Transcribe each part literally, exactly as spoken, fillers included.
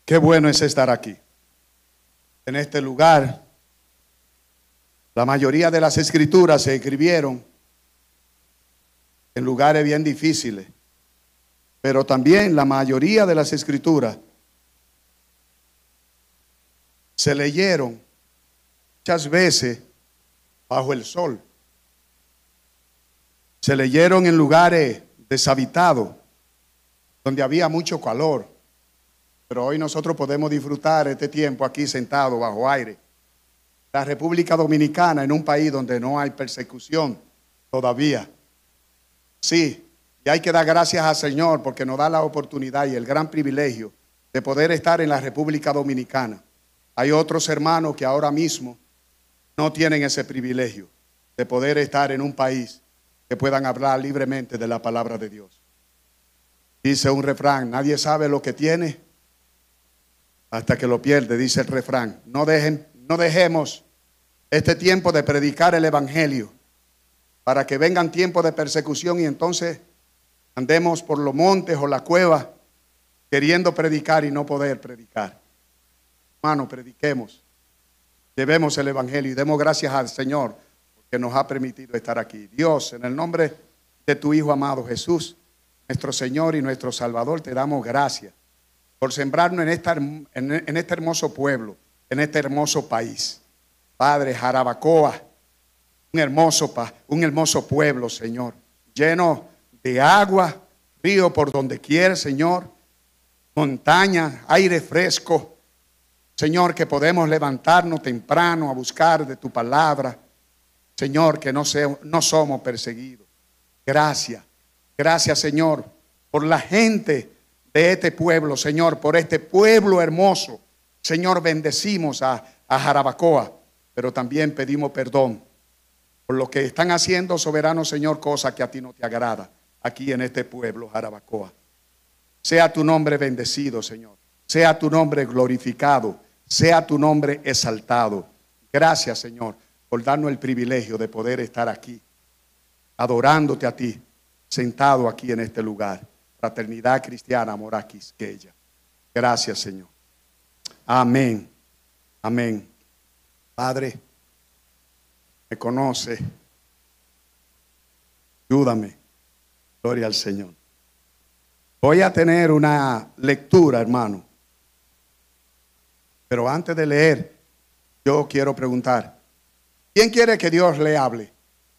Qué bueno es estar aquí, en este lugar. La mayoría de las escrituras se escribieron en lugares bien difíciles, pero también la mayoría de las escrituras se leyeron muchas veces bajo el sol. Se leyeron en lugares deshabitados, donde había mucho calor. Pero hoy nosotros podemos disfrutar este tiempo aquí sentado bajo aire. La República Dominicana, en un país donde no hay persecución todavía. Sí, y hay que dar gracias al Señor porque nos da la oportunidad y el gran privilegio de poder estar en la República Dominicana. Hay otros hermanos que ahora mismo no tienen ese privilegio de poder estar en un país que puedan hablar libremente de la palabra de Dios. Dice un refrán: nadie sabe lo que tiene hasta que lo pierde, dice el refrán. No dejen, no dejemos este tiempo de predicar el evangelio para que vengan tiempos de persecución y entonces andemos por los montes o la cueva queriendo predicar y no poder predicar. Hermano, prediquemos, llevemos el evangelio y demos gracias al Señor porque nos ha permitido estar aquí. Dios, en el nombre de tu Hijo amado Jesús, nuestro Señor y nuestro Salvador, te damos gracias por sembrarnos en, esta, en, en este hermoso pueblo, en este hermoso país. Padre, Jarabacoa, un hermoso, un hermoso pueblo, Señor, lleno de agua, río por donde quiera, Señor, montaña, aire fresco, Señor, que podemos levantarnos temprano a buscar de tu palabra, Señor, que no, se, no somos perseguidos. Gracias, gracias, Señor, por la gente de este pueblo, Señor, por este pueblo hermoso. Señor, bendecimos a, a Jarabacoa, pero también pedimos perdón por lo que están haciendo, soberano Señor, cosas que a ti no te agrada aquí en este pueblo, Jarabacoa. Sea tu nombre bendecido, Señor. Sea tu nombre glorificado. Sea tu nombre exaltado. Gracias, Señor, por darnos el privilegio de poder estar aquí, adorándote a ti, sentado aquí en este lugar. Fraternidad Cristiana Mora Quisqueya. Gracias, Señor. Amén. Amén. Padre, me conoce. Ayúdame. Gloria al Señor. Voy a tener una lectura, hermano. Pero antes de leer, yo quiero preguntar: ¿quién quiere que Dios le hable?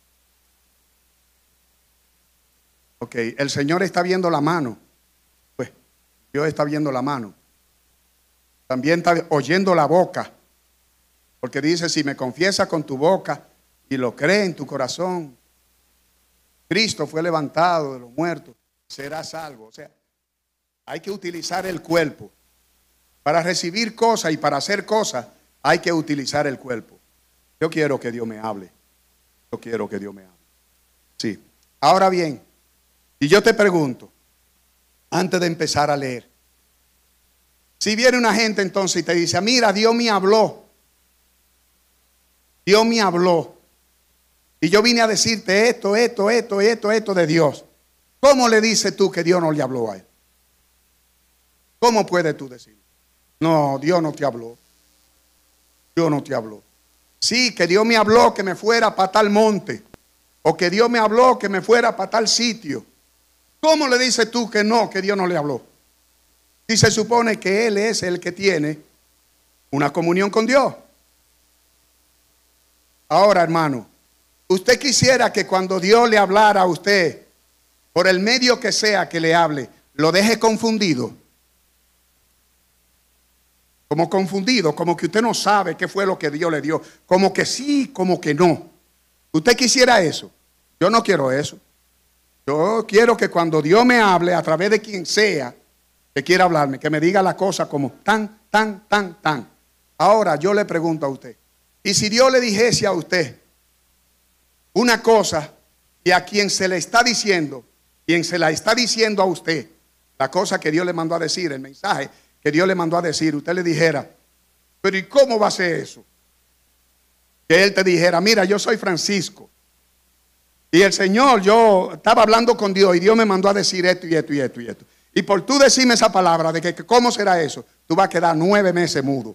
Ok, el Señor está viendo la mano. Pues Dios está viendo la mano. También está oyendo la boca. Porque dice: si me confiesas con tu boca y lo crees en tu corazón, Cristo fue levantado de los muertos, serás salvo. O sea, hay que utilizar el cuerpo. Para recibir cosas y para hacer cosas hay que utilizar el cuerpo. Yo quiero que Dios me hable. Yo quiero que Dios me hable. Sí. Ahora bien, y yo te pregunto, antes de empezar a leer, si viene una gente entonces y te dice: mira, Dios me habló. Dios me habló. Y yo vine a decirte esto, esto, esto, esto, esto de Dios. ¿Cómo le dices tú que Dios no le habló a él? ¿Cómo puedes tú decirlo? No, Dios no te habló. Dios no te habló. Sí, que Dios me habló que me fuera para tal monte. O que Dios me habló que me fuera para tal sitio. ¿Cómo le dices tú que no, que Dios no le habló? Si se supone que Él es el que tiene una comunión con Dios. Ahora, hermano, usted quisiera que cuando Dios le hablara a usted, por el medio que sea que le hable, lo deje confundido. Como confundido, como que usted no sabe qué fue lo que Dios le dio. Como que sí, como que no. ¿Usted quisiera eso? Yo no quiero eso. Yo quiero que cuando Dios me hable, a través de quien sea que quiera hablarme, que me diga la cosa como tan, tan, tan, tan. Ahora yo le pregunto a usted, y si Dios le dijese a usted una cosa y a quien se le está diciendo, quien se la está diciendo a usted, la cosa que Dios le mandó a decir, el mensaje que Dios le mandó a decir, usted le dijera: pero ¿y cómo va a ser eso? Que él te dijera: mira, yo soy Francisco y el Señor, yo estaba hablando con Dios y Dios me mandó a decir esto y esto y esto y esto. Y por tú decirme esa palabra de que, que cómo será eso, tú vas a quedar nueve meses mudo.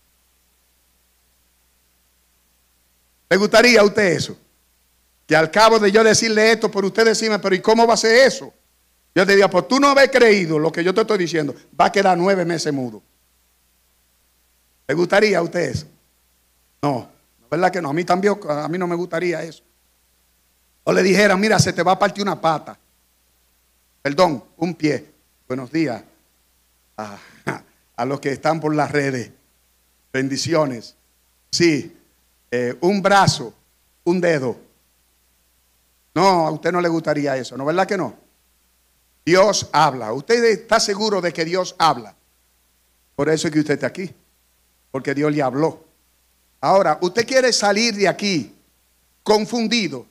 ¿Le gustaría a usted eso? Que al cabo de yo decirle esto, por usted decirme, pero ¿y cómo va a ser eso? Yo te digo, pues tú no habéis creído lo que yo te estoy diciendo, va a quedar nueve meses mudo. ¿Le gustaría a usted eso? No, ¿verdad que no? A mí también, a mí no me gustaría eso. O le dijeran, mira, se te va a partir una pata. Perdón, un pie. Buenos días a, a los que están por las redes. Bendiciones. Sí, eh, un brazo, un dedo. No, a usted no le gustaría eso, ¿no? ¿Verdad que no? Dios habla. ¿Usted está seguro de que Dios habla? Por eso es que usted está aquí. Porque Dios le habló. Ahora, usted quiere salir de aquí confundido.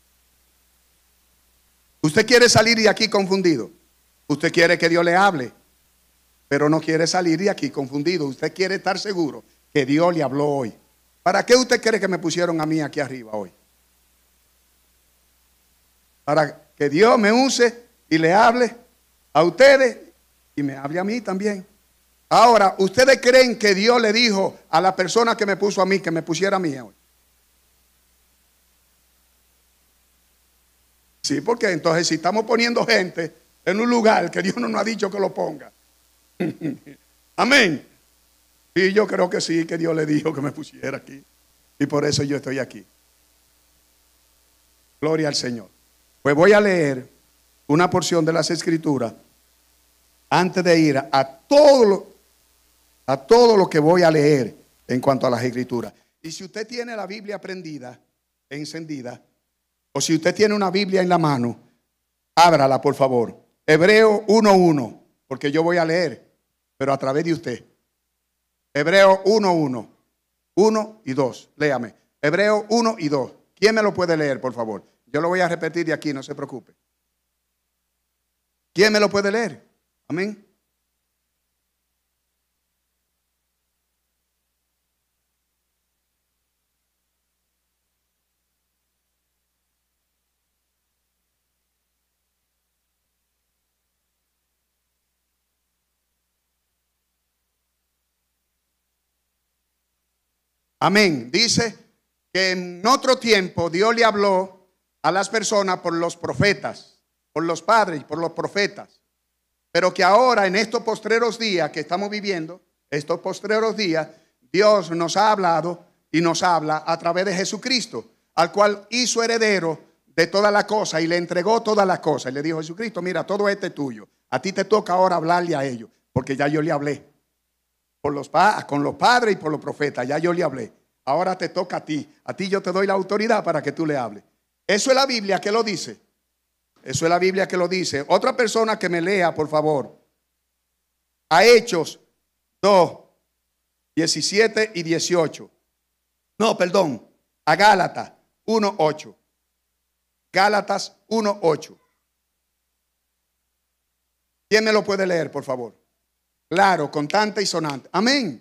Usted quiere salir de aquí confundido. Usted quiere que Dios le hable, pero no quiere salir de aquí confundido. Usted quiere estar seguro que Dios le habló hoy. ¿Para qué usted cree que me pusieron a mí aquí arriba hoy? Para que Dios me use y le hable a ustedes y me hable a mí también. Ahora, ¿ustedes creen que Dios le dijo a la persona que me puso a mí que me pusiera a mí hoy? Sí, porque entonces si estamos poniendo gente en un lugar que Dios no nos ha dicho que lo ponga. Amén. Y yo creo que sí, que Dios le dijo que me pusiera aquí. Y por eso yo estoy aquí. Gloria al Señor. Pues voy a leer una porción de las Escrituras antes de ir a, a todo lo, a todo lo que voy a leer en cuanto a las Escrituras. Y si usted tiene la Biblia prendida, encendida, o si usted tiene una Biblia en la mano, ábrala por favor. Hebreo uno uno, porque yo voy a leer, pero a través de usted. Hebreo uno uno, uno y dos, léame. Hebreo uno y dos. ¿Quién me lo puede leer, por favor? Yo lo voy a repetir de aquí, no se preocupe. ¿Quién me lo puede leer? Amén. Amén. Dice que en otro tiempo Dios le habló a las personas por los profetas, por los padres, por los profetas. Pero que ahora en estos postreros días que estamos viviendo, estos postreros días, Dios nos ha hablado y nos habla a través de Jesucristo, al cual hizo heredero de todas las cosas y le entregó todas las cosas. Y le dijo: Jesucristo, mira, todo esto es tuyo. A ti te toca ahora hablarle a ellos, porque ya yo le hablé. Por los, con los padres y por los profetas, ya yo le hablé. Ahora te toca a ti. A ti yo te doy la autoridad para que tú le hables. Eso es la Biblia que lo dice. Eso es la Biblia que lo dice. Otra persona que me lea, por favor. A Hechos dos, diecisiete y dieciocho. No, perdón. A Gálatas uno, ocho. Gálatas uno, ocho. ¿Quién me lo puede leer, por favor? Claro, constante y sonante. Amén.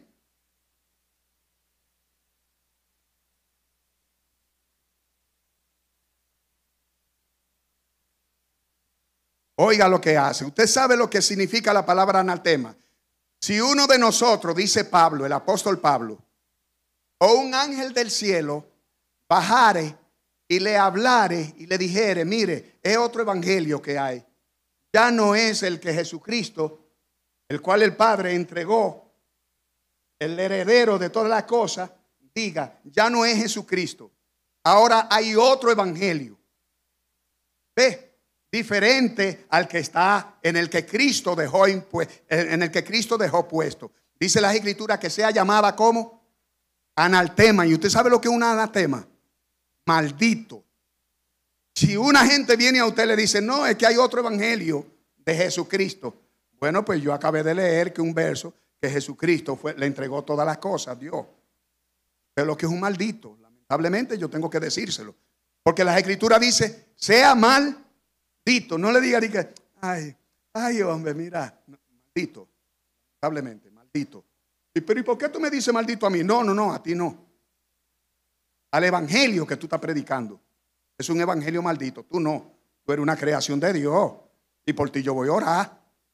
Oiga lo que hace. Usted sabe lo que significa la palabra anatema. Si uno de nosotros, dice Pablo, el apóstol Pablo, o un ángel del cielo bajare y le hablare y le dijere: mire, es otro evangelio que hay. Ya no es el que Jesucristo, el cual el Padre entregó, el heredero de todas las cosas, diga, ya no es Jesucristo. Ahora hay otro evangelio. ¿Ve? Diferente al que está en el que Cristo dejó en el que Cristo dejó puesto. Dice la Escritura que sea llamada como anatema. ¿Y usted sabe lo que es un anatema? Maldito. Si una gente viene a usted y le dice: no, es que hay otro evangelio de Jesucristo. Bueno, pues yo acabé de leer que un verso que Jesucristo fue, le entregó todas las cosas a Dios. Pero lo que es un maldito, lamentablemente yo tengo que decírselo. Porque la Escritura dice: sea maldito. No le diga ni que, ay, ay, hombre, mira, maldito. Lamentablemente, maldito. Y, pero ¿y por qué tú me dices maldito a mí? No, no, no, a ti no. Al evangelio que tú estás predicando. Es un evangelio maldito. Tú no. Tú eres una creación de Dios. Y por ti yo voy a orar.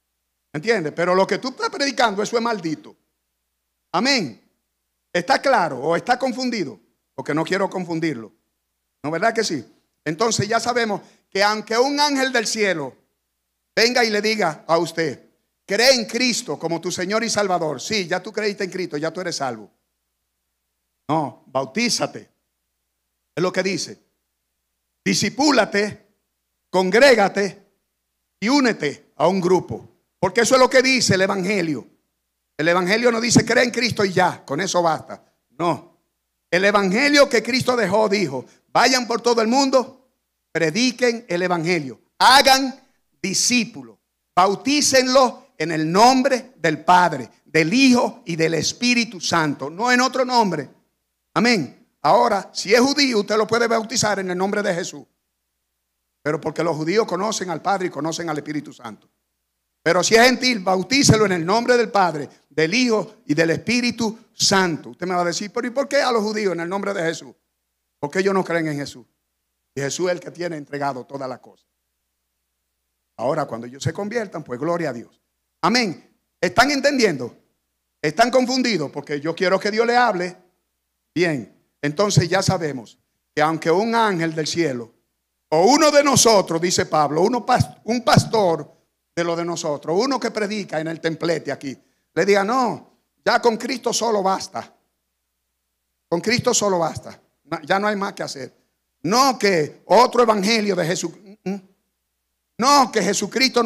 ¿Entiendes? Pero lo que tú estás predicando, eso es maldito. Amén. ¿Está claro o está confundido? Porque no quiero confundirlo. ¿No, verdad que sí? Entonces ya sabemos que aunque un ángel del cielo venga y le diga a usted, cree en Cristo como tu Señor y Salvador. Sí, ya tú creíste en Cristo, ya tú eres salvo. No, bautízate. Es lo que dice. Discipúlate, congrégate y únete a un grupo. Porque eso es lo que dice el Evangelio. El Evangelio no dice cree en Cristo y ya, con eso basta. No. El Evangelio que Cristo dejó dijo, vayan por todo el mundo, prediquen el Evangelio, hagan discípulos, bautícenlos en el nombre del Padre, del Hijo y del Espíritu Santo, no en otro nombre. Amén. Ahora, si es judío, usted lo puede bautizar en el nombre de Jesús. Pero porque los judíos conocen al Padre y conocen al Espíritu Santo. Pero si es gentil, bautícelo en el nombre del Padre, del Hijo y del Espíritu Santo. Usted me va a decir, pero ¿y por qué a los judíos en el nombre de Jesús? Porque ellos no creen en Jesús. Y Jesús es el que tiene entregado todas las cosas. Ahora, cuando ellos se conviertan, pues gloria a Dios. Amén. ¿Están entendiendo? ¿Están confundidos? Porque yo quiero que Dios le hable. Bien, entonces ya sabemos que aunque un ángel del cielo o uno de nosotros, dice Pablo, uno, un pastor de lo de nosotros, uno que predica en el templete aquí, le diga, no, ya con Cristo solo basta. Con Cristo solo basta. Ya no hay más que hacer. No que otro evangelio de Jesús. No que Jesucristo.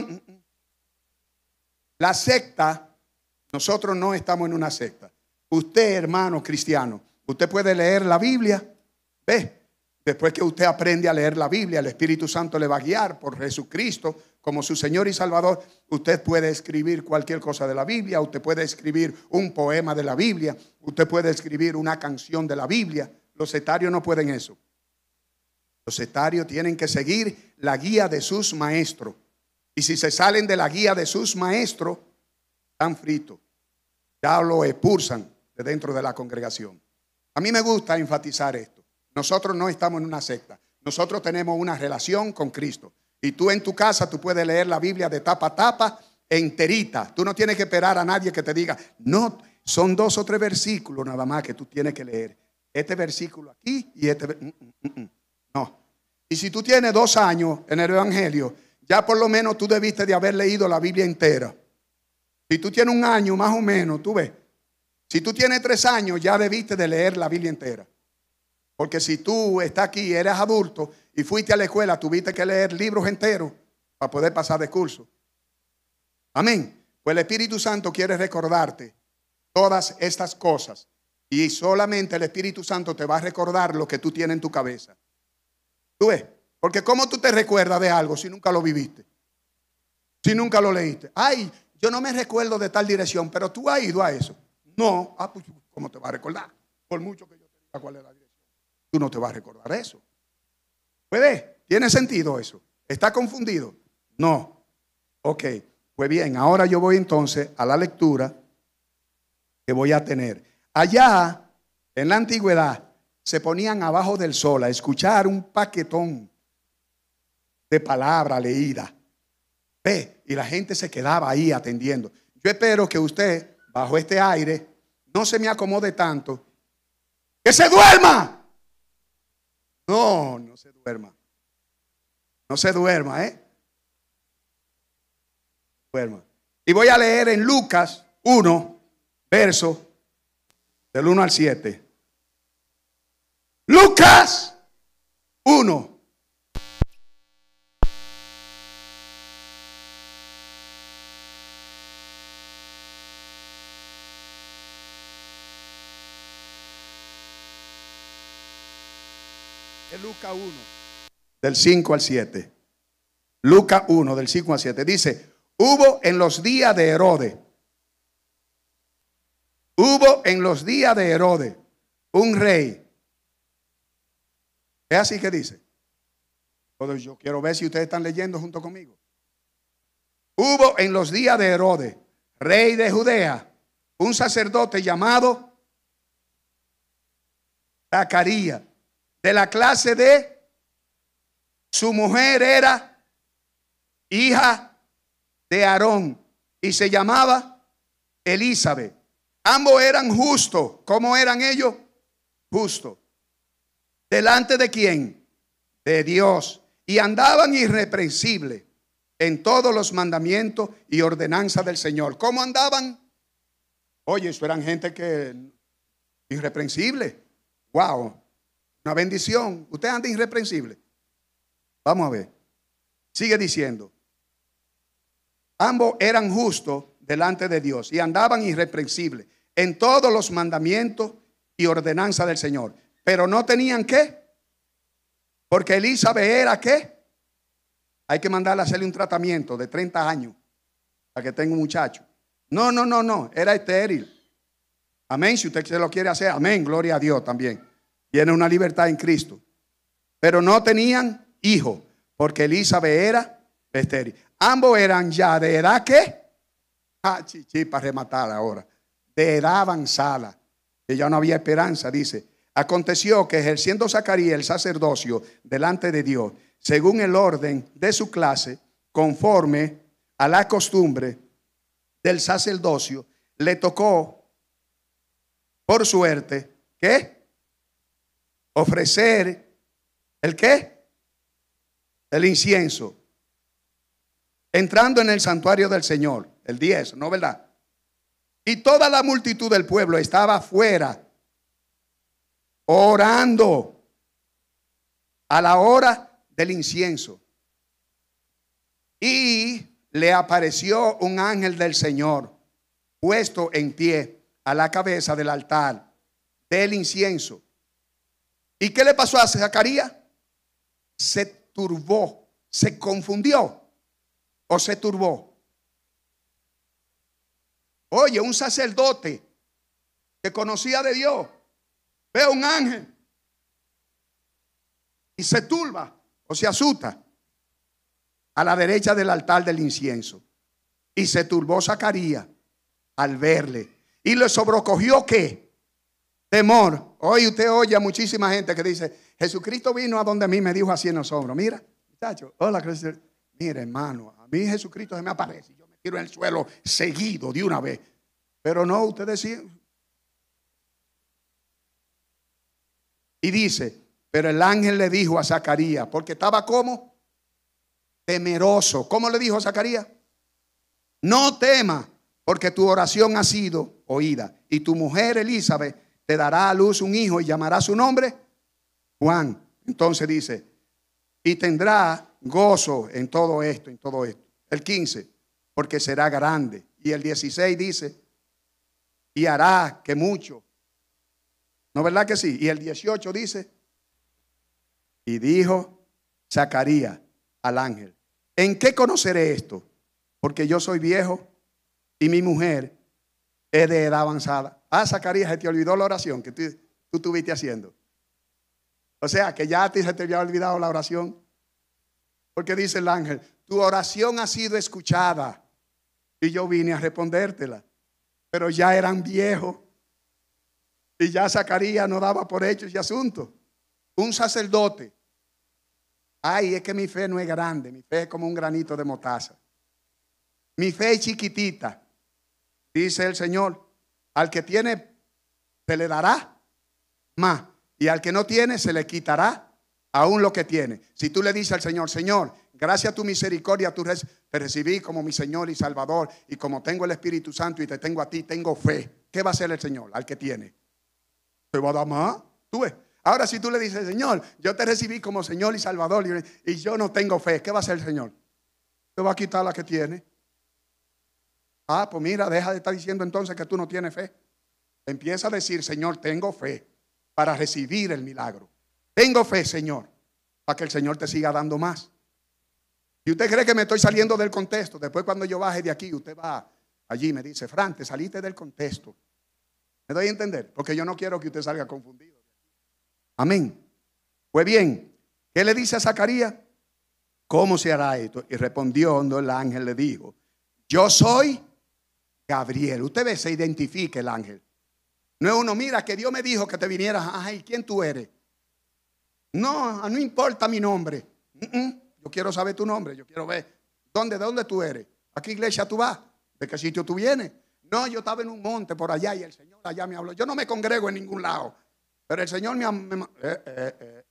La secta, nosotros no estamos en una secta. Usted, hermano cristiano, usted puede leer la Biblia. ¿Ve? Después que usted aprende a leer la Biblia, el Espíritu Santo le va a guiar por Jesucristo como su Señor y Salvador. Usted puede escribir cualquier cosa de la Biblia. Usted puede escribir un poema de la Biblia. Usted puede escribir una canción de la Biblia. Los sectarios no pueden eso. Los sectarios tienen que seguir la guía de sus maestros. Y si se salen de la guía de sus maestros, están fritos. Ya lo expulsan de dentro de la congregación. A mí me gusta enfatizar esto. Nosotros no estamos en una secta. Nosotros tenemos una relación con Cristo. Y tú en tu casa, tú puedes leer la Biblia de tapa a tapa, enterita. Tú no tienes que esperar a nadie que te diga, no, son dos o tres versículos nada más que tú tienes que leer. Este versículo aquí y este. Mm, mm, mm, no. Y si tú tienes dos años en el Evangelio, ya por lo menos tú debiste de haber leído la Biblia entera. Si tú tienes un año más o menos, tú ves. Si tú tienes tres años, ya debiste de leer la Biblia entera. Porque si tú estás aquí, eres adulto y fuiste a la escuela, tuviste que leer libros enteros para poder pasar de curso. Amén. Pues el Espíritu Santo quiere recordarte todas estas cosas. Y solamente el Espíritu Santo te va a recordar lo que tú tienes en tu cabeza. ¿Tú ves? Porque ¿cómo tú te recuerdas de algo si nunca lo viviste? Si nunca lo leíste. Ay, yo no me recuerdo de tal dirección, pero tú has ido a eso. No. Ah, pues ¿cómo te vas a recordar? Por mucho que yo te diga cuál es la dirección. Tú no te vas a recordar eso. ¿Puede? ¿Tiene sentido eso? ¿Está confundido? No. Ok. Pues bien, ahora yo voy entonces a la lectura que voy a tener. Allá, en la antigüedad, se ponían abajo del sol a escuchar un paquetón de palabra leída. Ve, y la gente se quedaba ahí atendiendo. Yo espero que usted, bajo este aire, no se me acomode tanto. ¡Que se duerma! No, no se duerma. No se duerma, ¿eh? Duerma. Y voy a leer en Lucas uno, verso del uno al siete. Lucas uno. Lucas uno, del cinco al siete. Lucas uno, del cinco al siete. Dice, hubo en los días de Herodes, hubo en los días de Herodes un rey. ¿Es así que dice? Entonces yo quiero ver si ustedes están leyendo junto conmigo. Hubo en los días de Herodes, rey de Judea, un sacerdote llamado Zacarías, de la clase de su mujer era hija de Aarón y se llamaba Elizabeth. Ambos eran justos. ¿Cómo eran ellos? Justos. ¿Delante de quién? De Dios. Y andaban irreprensibles en todos los mandamientos y ordenanzas del Señor. ¿Cómo andaban? Oye, eso eran gente que irreprensible. Wow, una bendición. Usted anda irreprensible. Vamos a ver. Sigue diciendo. Ambos eran justos delante de Dios y andaban irreprensibles en todos los mandamientos y ordenanzas del Señor. Pero no tenían ¿qué? Porque Elizabeth era ¿qué? Hay que mandarle a hacerle un tratamiento de treinta años para que tenga un muchacho. No, no, no, no. Era estéril. Amén. Si usted se lo quiere hacer, amén. Gloria a Dios también. Tiene una libertad en Cristo. Pero no tenían hijos porque Elizabeth era estéril. Ambos eran ya de edad ¿qué? Ah, chichi, para rematar ahora. De edad avanzada. Que ya no había esperanza, dice. Aconteció que ejerciendo Zacarías el sacerdocio delante de Dios, según el orden de su clase, conforme a la costumbre del sacerdocio, le tocó por suerte, ¿qué? Ofrecer el ¿qué? El incienso. Entrando en el santuario del Señor, el diez, ¿no verdad? Y toda la multitud del pueblo estaba afuera orando a la hora del incienso. Y le apareció un ángel del Señor puesto en pie a la cabeza del altar del incienso. ¿Y qué le pasó a Zacarías? Se turbó, se confundió o se turbó. Oye, un sacerdote que conocía de Dios ve a un ángel y se turba o se asusta a la derecha del altar del incienso. Y se turbó Zacarías al verle y le sobrecogió ¿qué? Temor. Hoy usted oye a muchísima gente que dice: Jesucristo vino a donde a mí me dijo así en los hombros. Mira, muchacho, hola, Cristo. Mira, hermano, a mí Jesucristo se me aparece y yo me tiro en el suelo seguido de una vez. Pero no, usted decía. Y dice, pero el ángel le dijo a Zacarías, porque estaba como temeroso. ¿Cómo le dijo a Zacarías? No temas, porque tu oración ha sido oída. Y tu mujer Elizabeth te dará a luz un hijo y llamará su nombre Juan. Entonces dice, y tendrá gozo en todo esto, en todo esto. El quince, porque será grande. Y el dieciséis dice, y hará que mucho. ¿No verdad que sí? Y el dieciocho dice, y dijo Zacarías al ángel, ¿en qué conoceré esto? Porque yo soy viejo y mi mujer es de edad avanzada. Ah, Zacarías, se te olvidó la oración que tú, tú estuviste haciendo. O sea, que ya a ti se te había olvidado la oración. Porque dice el ángel, tu oración ha sido escuchada y yo vine a respondértela. Pero ya eran viejos y ya Zacarías no daba por hechos y asuntos. Un sacerdote. Ay, es que mi fe no es grande, mi fe es como un granito de mostaza. Mi fe es chiquitita. Dice el Señor, al que tiene se le dará más y al que no tiene se le quitará aún lo que tiene. Si tú le dices al Señor, Señor, gracias a tu misericordia tú te recibí como mi Señor y Salvador, y como tengo el Espíritu Santo y te tengo a ti, tengo fe. ¿Qué va a hacer el Señor al que tiene? ¿Te va a dar más? ¿Tú ves? Ahora si tú le dices, Señor, yo te recibí como Señor y Salvador y, y yo no tengo fe, ¿qué va a hacer el Señor? Te va a quitar la que tiene. Ah, pues mira, deja de estar diciendo entonces que tú no tienes fe. Empieza a decir, Señor, tengo fe para recibir el milagro. Tengo fe, Señor, para que el Señor te siga dando más. Si usted cree que me estoy saliendo del contexto, después cuando yo baje de aquí, usted va allí y me dice, Fran, te saliste del contexto. ¿Me doy a entender? Porque yo no quiero que usted salga confundido. Amén. Pues bien, ¿qué le dice a Zacarías? ¿Cómo se hará esto? Y respondió, el ángel le dijo, yo soy Gabriel. Usted ve, se identifica el ángel. No es uno, mira, que Dios me dijo que te vinieras. Ay, ¿quién tú eres? No, no importa mi nombre. Uh -uh. Yo quiero saber tu nombre. Yo quiero ver, ¿dónde, de dónde tú eres? ¿A qué iglesia tú vas? ¿De qué sitio tú vienes? No, yo estaba en un monte por allá y el Señor allá me habló. Yo no me congrego en ningún lado, pero el Señor me... me eh, eh, eh.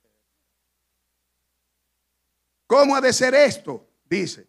¿Cómo ha de ser esto? Dice.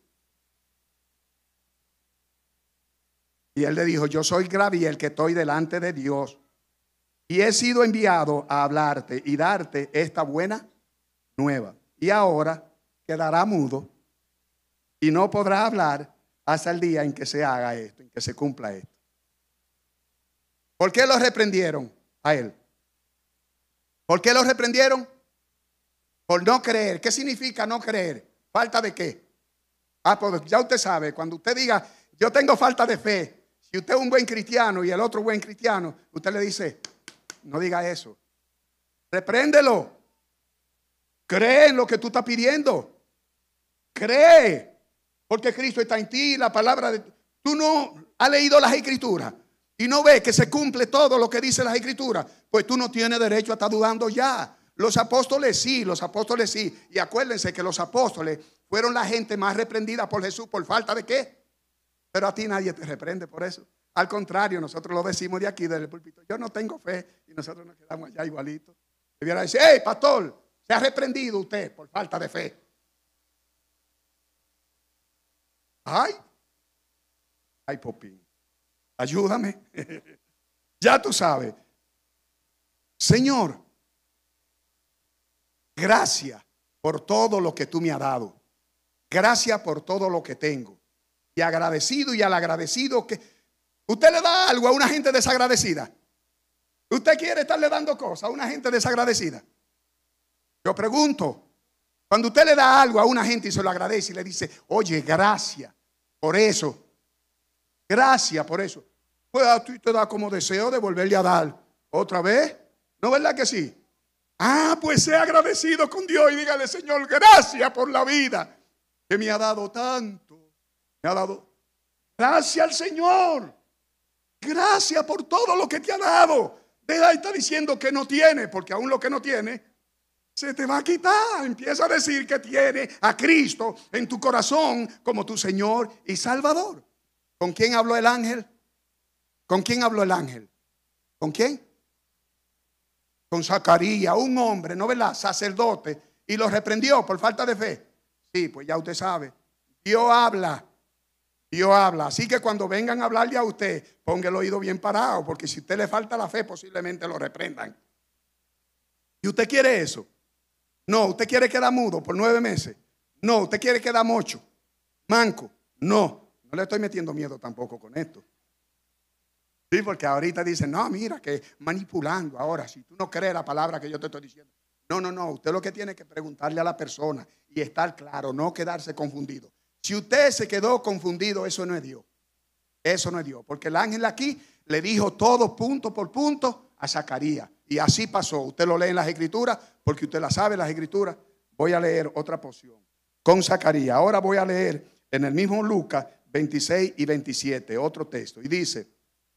Y él le dijo, yo soy Gabriel que estoy delante de Dios y he sido enviado a hablarte y darte esta buena nueva. Y ahora quedará mudo y no podrá hablar hasta el día en que se haga esto, en que se cumpla esto. ¿Por qué lo reprendieron a él? ¿Por qué lo reprendieron? Por no creer. ¿Qué significa no creer? ¿Falta de qué? Ah, pues ya usted sabe, cuando usted diga, yo tengo falta de fe, si usted es un buen cristiano y el otro buen cristiano, usted le dice, no diga eso. Repréndelo. Cree en lo que tú estás pidiendo. Cree. Porque Cristo está en ti, la palabra de... Tú no has leído las Escrituras y no ves que se cumple todo lo que dice las Escrituras, pues tú no tienes derecho a estar dudando ya. Los apóstoles sí, los apóstoles sí. Y acuérdense que los apóstoles fueron la gente más reprendida por Jesús. ¿Por falta de qué? Pero a ti nadie te reprende por eso. Al contrario, nosotros lo decimos de aquí, del púlpito. Yo no tengo fe y nosotros nos quedamos allá igualitos. Debiera decir, hey, pastor, se ha reprendido usted por falta de fe. Ay, ay, Popín, ayúdame. Ya tú sabes. Señor, gracias por todo lo que tú me has dado. Gracias por todo lo que tengo. Y agradecido y al agradecido que... Usted le da algo a una gente desagradecida. Usted quiere estarle dando cosas a una gente desagradecida. Yo pregunto, cuando usted le da algo a una gente y se lo agradece y le dice, oye, gracias por eso. Gracias por eso. Pues a ti te da como deseo de volverle a dar otra vez. ¿No verdad que sí? Ah, pues sea agradecido con Dios y dígale, Señor, gracias por la vida que me ha dado tanto. Me ha dado. Gracias al Señor. Gracias por todo lo que te ha dado. Deja de estar diciendo que no tiene, porque aún lo que no tiene se te va a quitar. Empieza a decir que tiene a Cristo en tu corazón como tu Señor y Salvador. ¿Con quién habló el ángel? ¿Con quién habló el ángel? ¿Con quién? Con Zacarías, un hombre, ¿no verdad? Sacerdote. Y lo reprendió por falta de fe. Sí, pues ya usted sabe. Dios habla. Dios habla. Así que cuando vengan a hablarle a usted, ponga el oído bien parado, porque si a usted le falta la fe, posiblemente lo reprendan. ¿Y usted quiere eso? No. ¿Usted quiere quedar mudo por nueve meses? No. ¿Usted quiere quedar mocho? ¿Manco? No. No le estoy metiendo miedo tampoco con esto. Sí, porque ahorita dicen, no, mira, que manipulando. Ahora, si tú no crees la palabra que yo te estoy diciendo. No, no, no. Usted lo que tiene que preguntarle a la persona y estar claro, no quedarse confundido. Si usted se quedó confundido, eso no es Dios. Eso no es Dios. Porque el ángel aquí le dijo todo punto por punto a Zacarías. Y así pasó. Usted lo lee en las Escrituras, porque usted la sabe, las Escrituras. Voy a leer otra porción con Zacarías. Ahora voy a leer en el mismo Lucas veintiséis y veintisiete, otro texto. Y dice,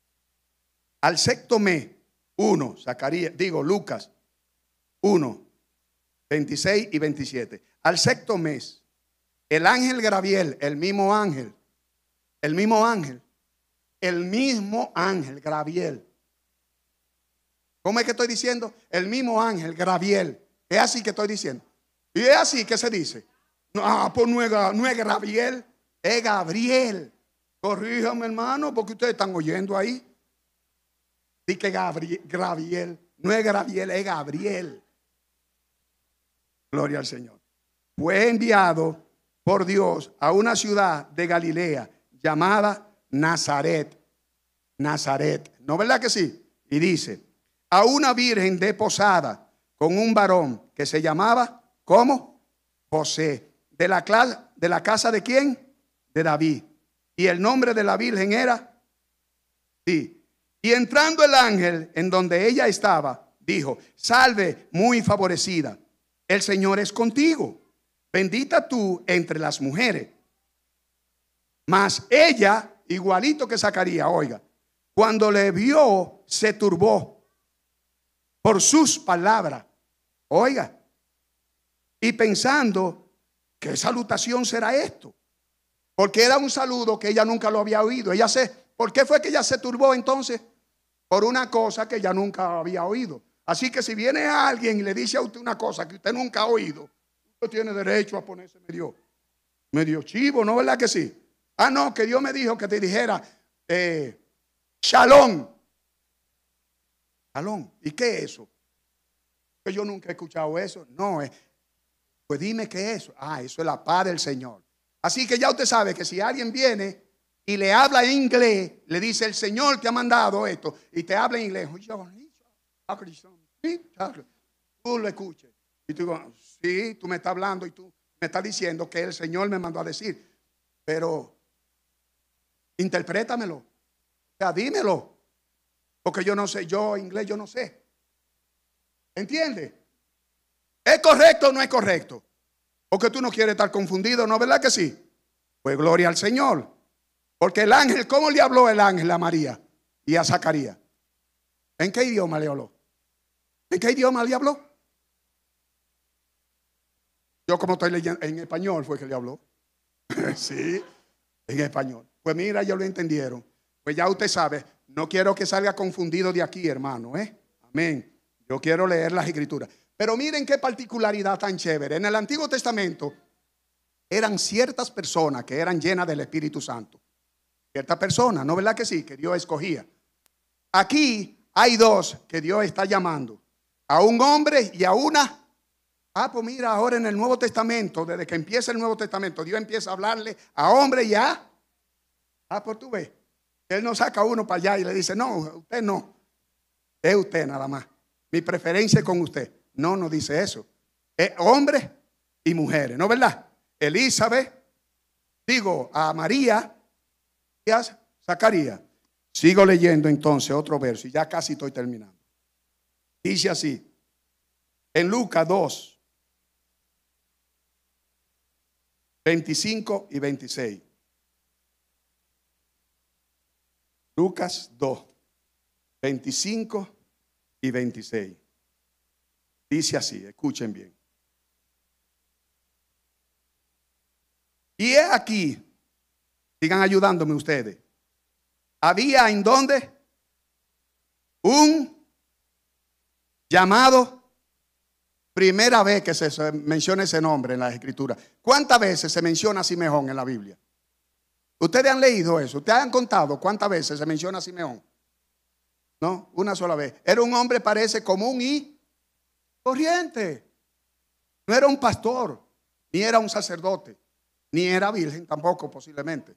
al sexto mes, uno, Zacarías, digo Lucas uno, veintiséis y veintisiete. Al sexto mes, el ángel Gabriel, el mismo ángel, el mismo ángel, el mismo ángel Gabriel. ¿Cómo es que estoy diciendo? El mismo ángel Gabriel. Es así que estoy diciendo. Y es así que se dice. No, ah, pues no es, no es Gabriel, es Gabriel. Corríjame, hermano, porque ustedes están oyendo ahí. Dice que Gabriel, Gabriel, no es Gabriel, es Gabriel. Gloria al Señor. Fue enviado por Dios a una ciudad de Galilea llamada Nazaret. Nazaret, ¿no verdad que sí? Y dice, a una virgen desposada con un varón que se llamaba, ¿cómo? José. ¿De la, clase, de la casa de quién? De David. Y el nombre de la virgen era, sí. Y entrando el ángel en donde ella estaba, dijo, salve muy favorecida, el Señor es contigo. Bendita tú entre las mujeres. Mas ella, igualito que Zacarías, oiga, cuando le vio, se turbó por sus palabras. Oiga, y pensando, ¿qué salutación será esto? Porque era un saludo que ella nunca lo había oído. Ella se, ¿por qué fue que ella se turbó entonces? Por una cosa que ella nunca había oído. Así que si viene alguien y le dice a usted una cosa que usted nunca ha oído, usted tiene derecho a ponerse medio, medio chivo, ¿no? ¿Verdad que sí? Ah, no, que Dios me dijo que te dijera eh, shalom. Shalom. ¿Y qué es eso? Que yo nunca he escuchado eso. No, es, pues dime qué es eso. Ah, eso es la paz del Señor. Así que ya usted sabe que si alguien viene y le habla en inglés, le dice el Señor te ha mandado esto y te habla en inglés, tú lo escuches y tú dices, sí, tú me estás hablando y tú me estás diciendo que el Señor me mandó a decir, pero interprétamelo, o sea, dímelo, porque yo no sé, yo inglés yo no sé. ¿Entiende? ¿Es correcto o no es correcto? Porque tú no quieres estar confundido, ¿no? ¿Verdad que sí? Pues gloria al Señor. Porque el ángel, ¿cómo le habló el ángel a María y a Zacarías? ¿En qué idioma le habló? ¿En qué idioma le habló? Yo como estoy leyendo, en español fue que le habló. Sí, en español. Pues mira, ya lo entendieron. Pues ya usted sabe, no quiero que salga confundido de aquí, hermano, ¿eh? Amén. Yo quiero leer las escrituras. Pero miren qué particularidad tan chévere. En el Antiguo Testamento eran ciertas personas que eran llenas del Espíritu Santo. Ciertas personas, ¿no? ¿Verdad que sí? Que Dios escogía. Aquí hay dos que Dios está llamando. A un hombre y a una. Ah, pues mira, ahora en el Nuevo Testamento, desde que empieza el Nuevo Testamento, Dios empieza a hablarle a hombre y a. Ah, pues tú ves. Él no saca uno para allá y le dice, no, usted no. Es usted nada más. Mi preferencia es con usted. No, no dice eso. Es hombres y mujeres, ¿no verdad? Elizabeth, digo, a María y a Zacarías. Sigo leyendo entonces otro verso y ya casi estoy terminando. Dice así, en Lucas dos, veinticinco y veintiséis. Lucas dos, veinticinco y veintiséis. Dice así, escuchen bien. Y he aquí, sigan ayudándome ustedes. Había en donde un llamado, primera vez que se menciona ese nombre en la Escritura. ¿Cuántas veces se menciona a Simeón en la Biblia? Ustedes han leído eso, ustedes han contado cuántas veces se menciona a Simeón. No, una sola vez. Era un hombre, parece, común y corriente. No era un pastor, ni era un sacerdote, ni era virgen tampoco posiblemente.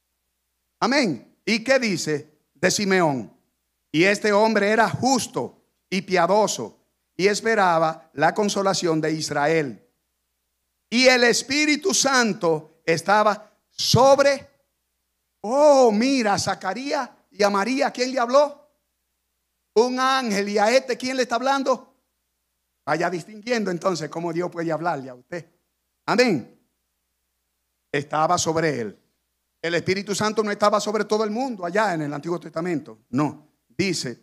Amén. ¿Y qué dice de Simeón? Y este hombre era justo y piadoso y esperaba la consolación de Israel. Y el Espíritu Santo estaba sobre, oh, mira, a Zacarías y a María, ¿quién le habló? Un ángel. ¿Y a este quién le está hablando? Vaya distinguiendo entonces cómo Dios puede hablarle a usted. Amén. Estaba sobre él. El Espíritu Santo no estaba sobre todo el mundo allá en el Antiguo Testamento. No. Dice,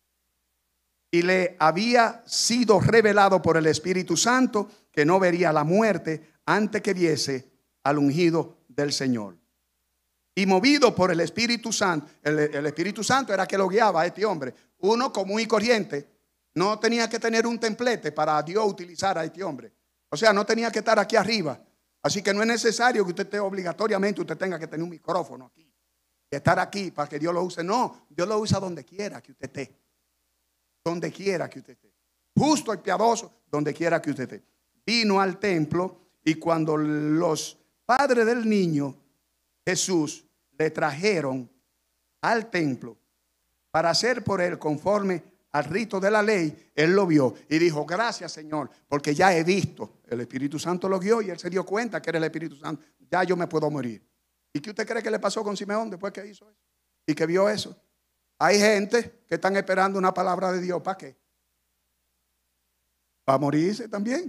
y le había sido revelado por el Espíritu Santo que no vería la muerte antes que viese al ungido del Señor. Y movido por el Espíritu Santo, el, el Espíritu Santo era que lo guiaba a este hombre. Uno común y corriente. No tenía que tener un templete para Dios utilizar a este hombre. O sea, no tenía que estar aquí arriba. Así que no es necesario que usted esté obligatoriamente, usted tenga que tener un micrófono aquí. Y estar aquí para que Dios lo use. No, Dios lo usa donde quiera que usted esté. Donde quiera que usted esté. Justo y piadoso, donde quiera que usted esté. Vino al templo y cuando los padres del niño Jesús le trajeron al templo para hacer por él conforme al rito de la ley, él lo vio y dijo, gracias Señor, porque ya he visto. El Espíritu Santo lo guió y él se dio cuenta que era el Espíritu Santo. Ya yo me puedo morir. ¿Y qué usted cree que le pasó con Simeón después que hizo eso? Y que vio eso. Hay gente que están esperando una palabra de Dios. ¿Para qué? Para morirse también.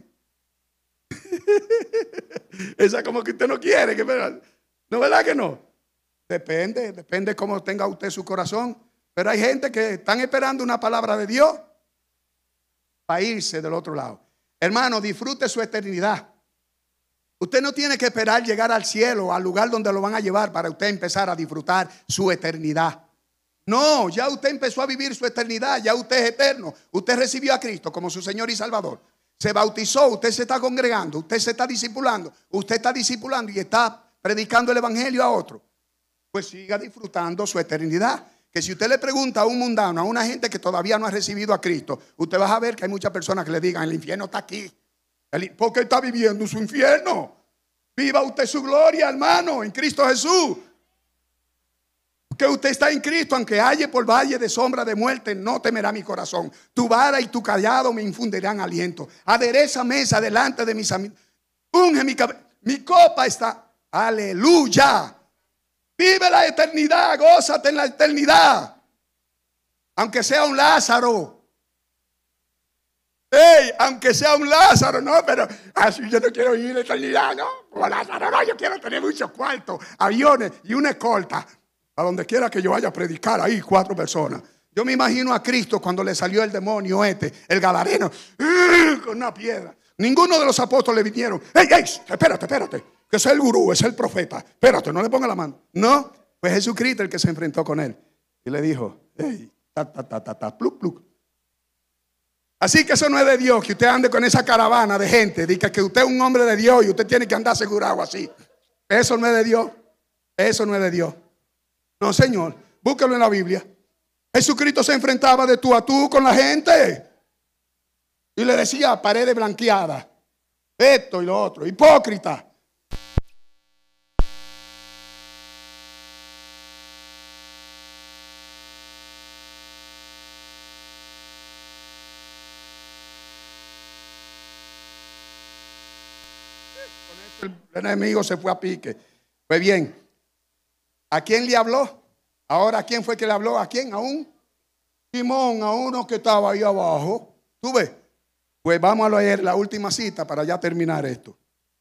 Esa como que usted no quiere. Que, ¿no verdad que no? Depende, depende cómo tenga usted su corazón. Pero hay gente que están esperando una palabra de Dios para irse del otro lado. Hermano, disfrute su eternidad. Usted no tiene que esperar llegar al cielo, al lugar donde lo van a llevar para usted empezar a disfrutar su eternidad. No, ya usted empezó a vivir su eternidad, ya usted es eterno. Usted recibió a Cristo como su Señor y Salvador. Se bautizó, usted se está congregando, usted se está discipulando, usted está discipulando y está predicando el evangelio a otro. Pues siga disfrutando su eternidad. Que si usted le pregunta a un mundano, a una gente que todavía no ha recibido a Cristo, usted va a ver que hay muchas personas que le digan: el infierno está aquí. ¿Por qué está viviendo su infierno? Viva usted su gloria, hermano, en Cristo Jesús. Que usted está en Cristo, aunque haya por valle de sombra de muerte, no temerá mi corazón. Tu vara y tu callado me infundirán aliento. Adereza mesa delante de mis amigos. Unge mi cabeza. Mi copa está. Aleluya. Vive la eternidad, gózate en la eternidad. Aunque sea un Lázaro. Hey, aunque sea un Lázaro, no, pero así yo no quiero vivir la eternidad, no. Como Lázaro, no, yo quiero tener muchos cuartos, aviones y una escolta. A donde quiera que yo vaya a predicar, ahí cuatro personas. Yo me imagino a Cristo cuando le salió el demonio este, el gadareno, con una piedra. Ninguno de los apóstoles vinieron. Hey, hey, espérate, espérate, que es el gurú, es el profeta. Espérate, no le ponga la mano. No, fue Jesucristo el que se enfrentó con él. Y le dijo: hey, ta, ta, ta, ta, ta, pluk, pluk. Así que eso no es de Dios, que usted ande con esa caravana de gente, diga que usted es un hombre de Dios y usted tiene que andar asegurado así. Eso no es de Dios. Eso no es de Dios. No, señor, búsquelo en la Biblia. Jesucristo se enfrentaba de tú a tú con la gente y le decía: paredes blanqueadas, esto y lo otro, hipócrita. El enemigo se fue a pique. Pues bien, ¿a quién le habló? Ahora, ¿a quién fue que le habló? ¿A quién? ¿A un Simón? ¿A uno que estaba ahí abajo? ¿Tú ves? Pues vamos a leer la última cita para ya terminar esto.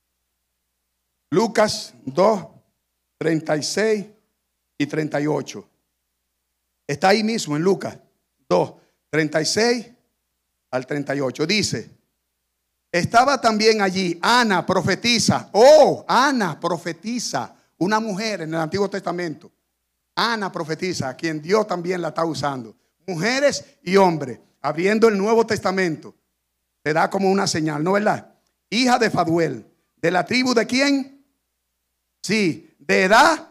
Lucas dos, treinta y seis y treinta y ocho. Está ahí mismo en Lucas dos, treinta y seis al treinta y ocho. Dice: estaba también allí Ana, profetisa. Oh, Ana, profetisa. Una mujer en el Antiguo Testamento. Ana, profetisa, a quien Dios también la está usando. Mujeres y hombres, abriendo el Nuevo Testamento. Te da como una señal, ¿no, verdad? Hija de Faduel. ¿De la tribu de quién? Sí. ¿De edad?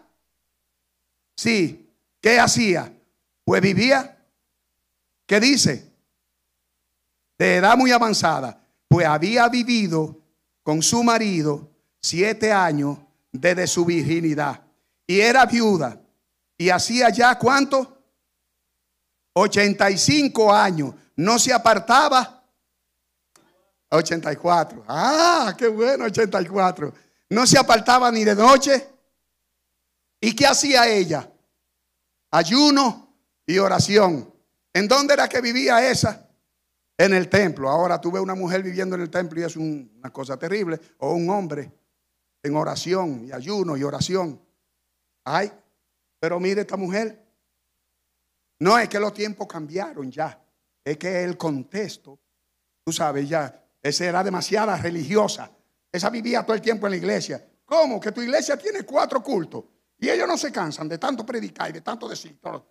Sí. ¿Qué hacía? Pues vivía. ¿Qué dice? De edad muy avanzada. Pues había vivido con su marido siete años desde su virginidad. Y era viuda. Y hacía ya ¿cuánto? ochenta y cinco años. No se apartaba. ochenta y cuatro. Ah, qué bueno, ochenta y cuatro. No se apartaba ni de noche. ¿Y qué hacía ella? Ayuno y oración. ¿En dónde era que vivía esa? En el templo. Ahora tú ves una mujer viviendo en el templo y es un, una cosa terrible. O un hombre en oración y ayuno y oración. Ay, pero mire esta mujer. No es que los tiempos cambiaron ya. Es que el contexto, tú sabes ya, esa era demasiada religiosa. Esa vivía todo el tiempo en la iglesia. ¿Cómo? Que tu iglesia tiene cuatro cultos. Y ellos no se cansan de tanto predicar y de tanto decir todo.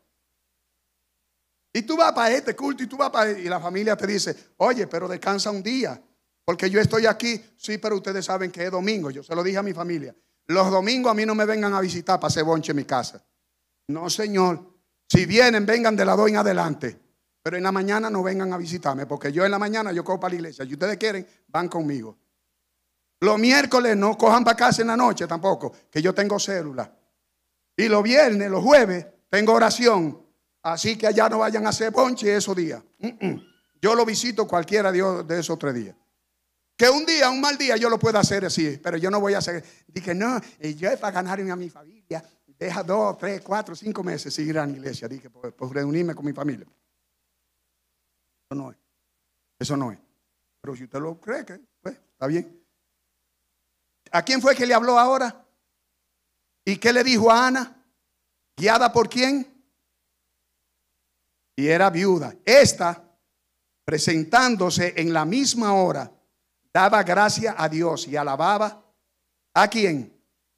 Y tú vas para este culto y tú vas para... Y la familia te dice: oye, pero descansa un día, porque yo estoy aquí. Sí, pero ustedes saben que es domingo. Yo se lo dije a mi familia: los domingos a mí no me vengan a visitar para hacer bonche en mi casa. No, señor. Si vienen, vengan de las dos en adelante. Pero en la mañana no vengan a visitarme, porque yo en la mañana yo cojo para la iglesia. Si ustedes quieren, van conmigo. Los miércoles no cojan para casa en la noche tampoco, que yo tengo célula. Y los viernes, los jueves, tengo oración. Así que allá no vayan a hacer bonche esos días. Mm-mm. Yo lo visito cualquiera de esos tres días. Que un día, un mal día, yo lo puedo hacer así, pero yo no voy a hacer. Dije, no, yo es para ganarme a mi familia. Deja dos, tres, cuatro, cinco meses seguir a la iglesia. Dije, por, por reunirme con mi familia. Eso no es. Eso no es. Pero si usted lo cree, que pues, está bien. ¿A quién fue que le habló ahora? ¿Y qué le dijo a Ana? ¿Guiada por quién? Y era viuda. Esta, presentándose en la misma hora, daba gracia a Dios y alababa ¿A quién?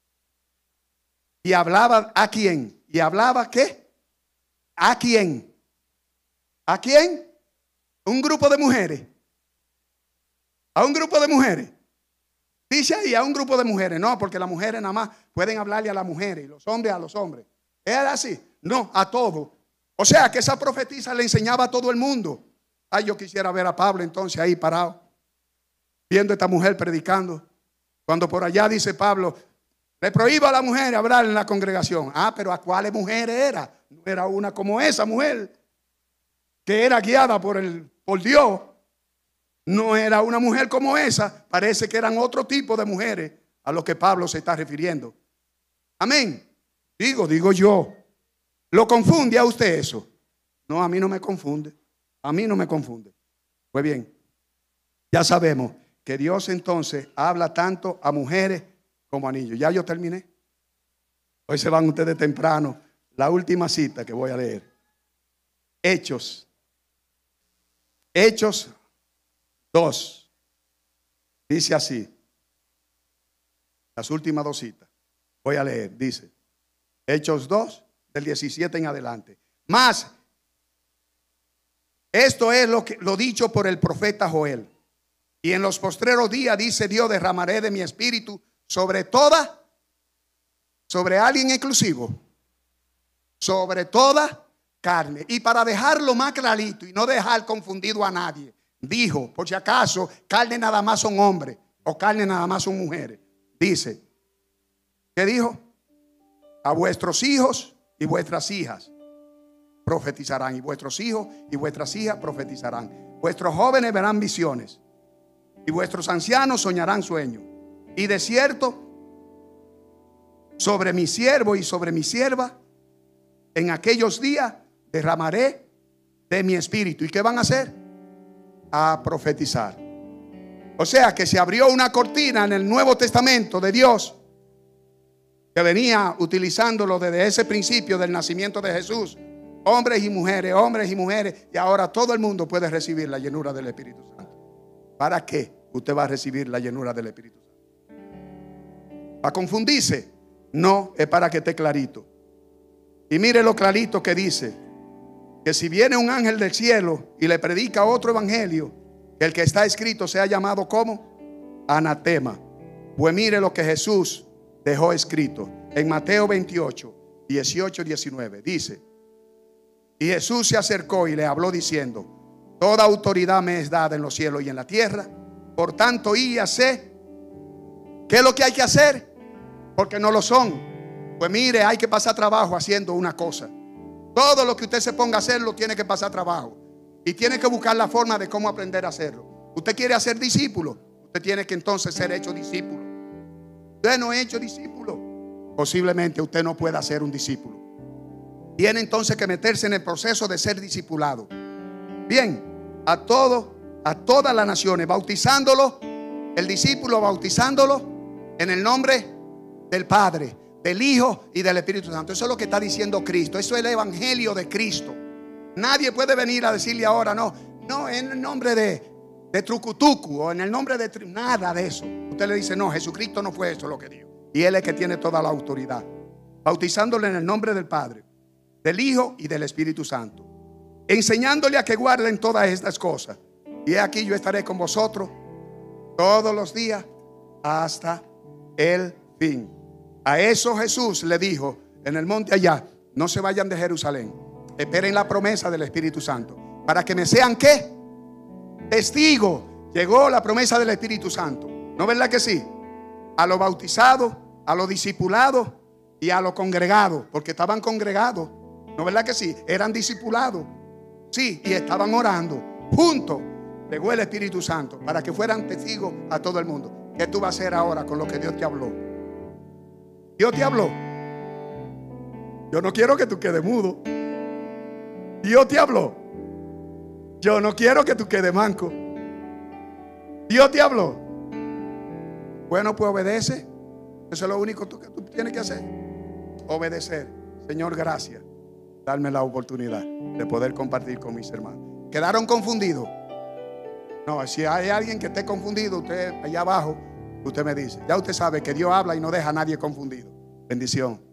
Y hablaba, ¿a quién? Y hablaba, ¿qué? ¿A quién? ¿A quién? Un grupo de mujeres. A un grupo de mujeres. Dice ahí, a un grupo de mujeres. No, porque las mujeres nada más pueden hablarle a las mujeres y los hombres a los hombres. ¿Era así? No, a todos. O sea que esa profetisa le enseñaba a todo el mundo. Ay, yo quisiera ver a Pablo entonces ahí parado, viendo a esta mujer predicando. Cuando por allá dice Pablo, le prohíbo a la mujer hablar en la congregación. Ah, pero ¿a cuáles mujeres era? No era una como esa mujer, que era guiada por, el, por Dios. No era una mujer como esa. Parece que eran otro tipo de mujeres a los que Pablo se está refiriendo. Amén. Digo, digo yo. ¿Lo confunde a usted eso? No, a mí no me confunde. A mí no me confunde. Pues bien, ya sabemos que Dios entonces habla tanto a mujeres como a niños. Ya yo terminé. Hoy se van ustedes temprano. La última cita que voy a leer. Hechos. Hechos dos. Dice así. Las últimas dos citas. Voy a leer. Dice. Hechos dos, del diecisiete en adelante. Más. Esto es lo, que, lo dicho por el profeta Joel. Y en los postreros días, dice Dios, derramaré de mi espíritu sobre toda, sobre alguien exclusivo, sobre toda carne. Y para dejarlo más clarito y no dejar confundido a nadie, dijo, por si acaso, carne nada más son hombres o carne nada más son mujeres. Dice, ¿qué dijo? A vuestros hijos y vuestras hijas profetizarán, y vuestros hijos y vuestras hijas profetizarán. Vuestros jóvenes verán visiones y vuestros ancianos soñarán sueños. Y de cierto, sobre mi siervo y sobre mi sierva, en aquellos días derramaré de mi espíritu. ¿Y qué van a hacer? A profetizar. O sea que se abrió una cortina en el Nuevo Testamento de Dios, que venía utilizándolo desde ese principio del nacimiento de Jesús. Hombres y mujeres, hombres y mujeres. Y ahora todo el mundo puede recibir la llenura del Espíritu Santo. ¿Para qué usted va a recibir la llenura del Espíritu Santo? ¿Para confundirse? No, es para que esté clarito. Y mire lo clarito que dice, que si viene un ángel del cielo y le predica otro evangelio, el que está escrito sea llamado como anatema. Pues mire lo que Jesús dejó escrito en Mateo veintiocho, dieciocho y diecinueve. Dice, y Jesús se acercó y le habló diciendo, toda autoridad me es dada en los cielos y en la tierra. Por tanto, y haced. ¿Qué es lo que hay que hacer? Porque no lo son. Pues mire, hay que pasar trabajo haciendo una cosa. Todo lo que usted se ponga a hacerlo tiene que pasar trabajo. Y tiene que buscar la forma de cómo aprender a hacerlo. Usted quiere hacer discípulo, usted tiene que entonces ser hecho discípulo. Usted no es hecho discípulo, posiblemente usted no pueda ser un discípulo. Tiene entonces que meterse en el proceso de ser discipulado. Bien, a todo, a todas las naciones, bautizándolo, el discípulo bautizándolo en el nombre del Padre, del Hijo y del Espíritu Santo. Eso es lo que está diciendo Cristo. Eso es el evangelio de Cristo. Nadie puede venir a decirle ahora, no, no, en el nombre de, de trucutucu o en el nombre de nada de eso. Usted le dice, no, Jesucristo no fue eso lo que dijo. Y Él es el que tiene toda la autoridad. Bautizándole en el nombre del Padre, del Hijo y del Espíritu Santo, enseñándole a que guarden todas estas cosas. Y aquí yo estaré con vosotros todos los días hasta el fin. A eso Jesús le dijo en el monte allá, no se vayan de Jerusalén, esperen la promesa del Espíritu Santo, para que me sean ¿qué? Testigos. Llegó la promesa del Espíritu Santo, ¿no verdad que sí? A los bautizados, a los discipulados y a los congregados, porque estaban congregados, ¿no verdad que sí? Eran discipulados, sí, y estaban orando juntos. Llegó el Espíritu Santo para que fueran testigos a todo el mundo. ¿Qué tú vas a hacer ahora con lo que Dios te habló? Dios te habló. Yo no quiero que tú quedes mudo. Dios te habló. Yo no quiero que tú quedes manco. Dios te habló. Bueno, pues obedece. Eso es lo único que tú tienes que hacer. Obedecer. Señor, gracias. Darme la oportunidad de poder compartir con mis hermanos. ¿Quedaron confundidos? No, si hay alguien que esté confundido, usted allá abajo Usted me dice, ya usted sabe que Dios habla y no deja a nadie confundido. Bendición.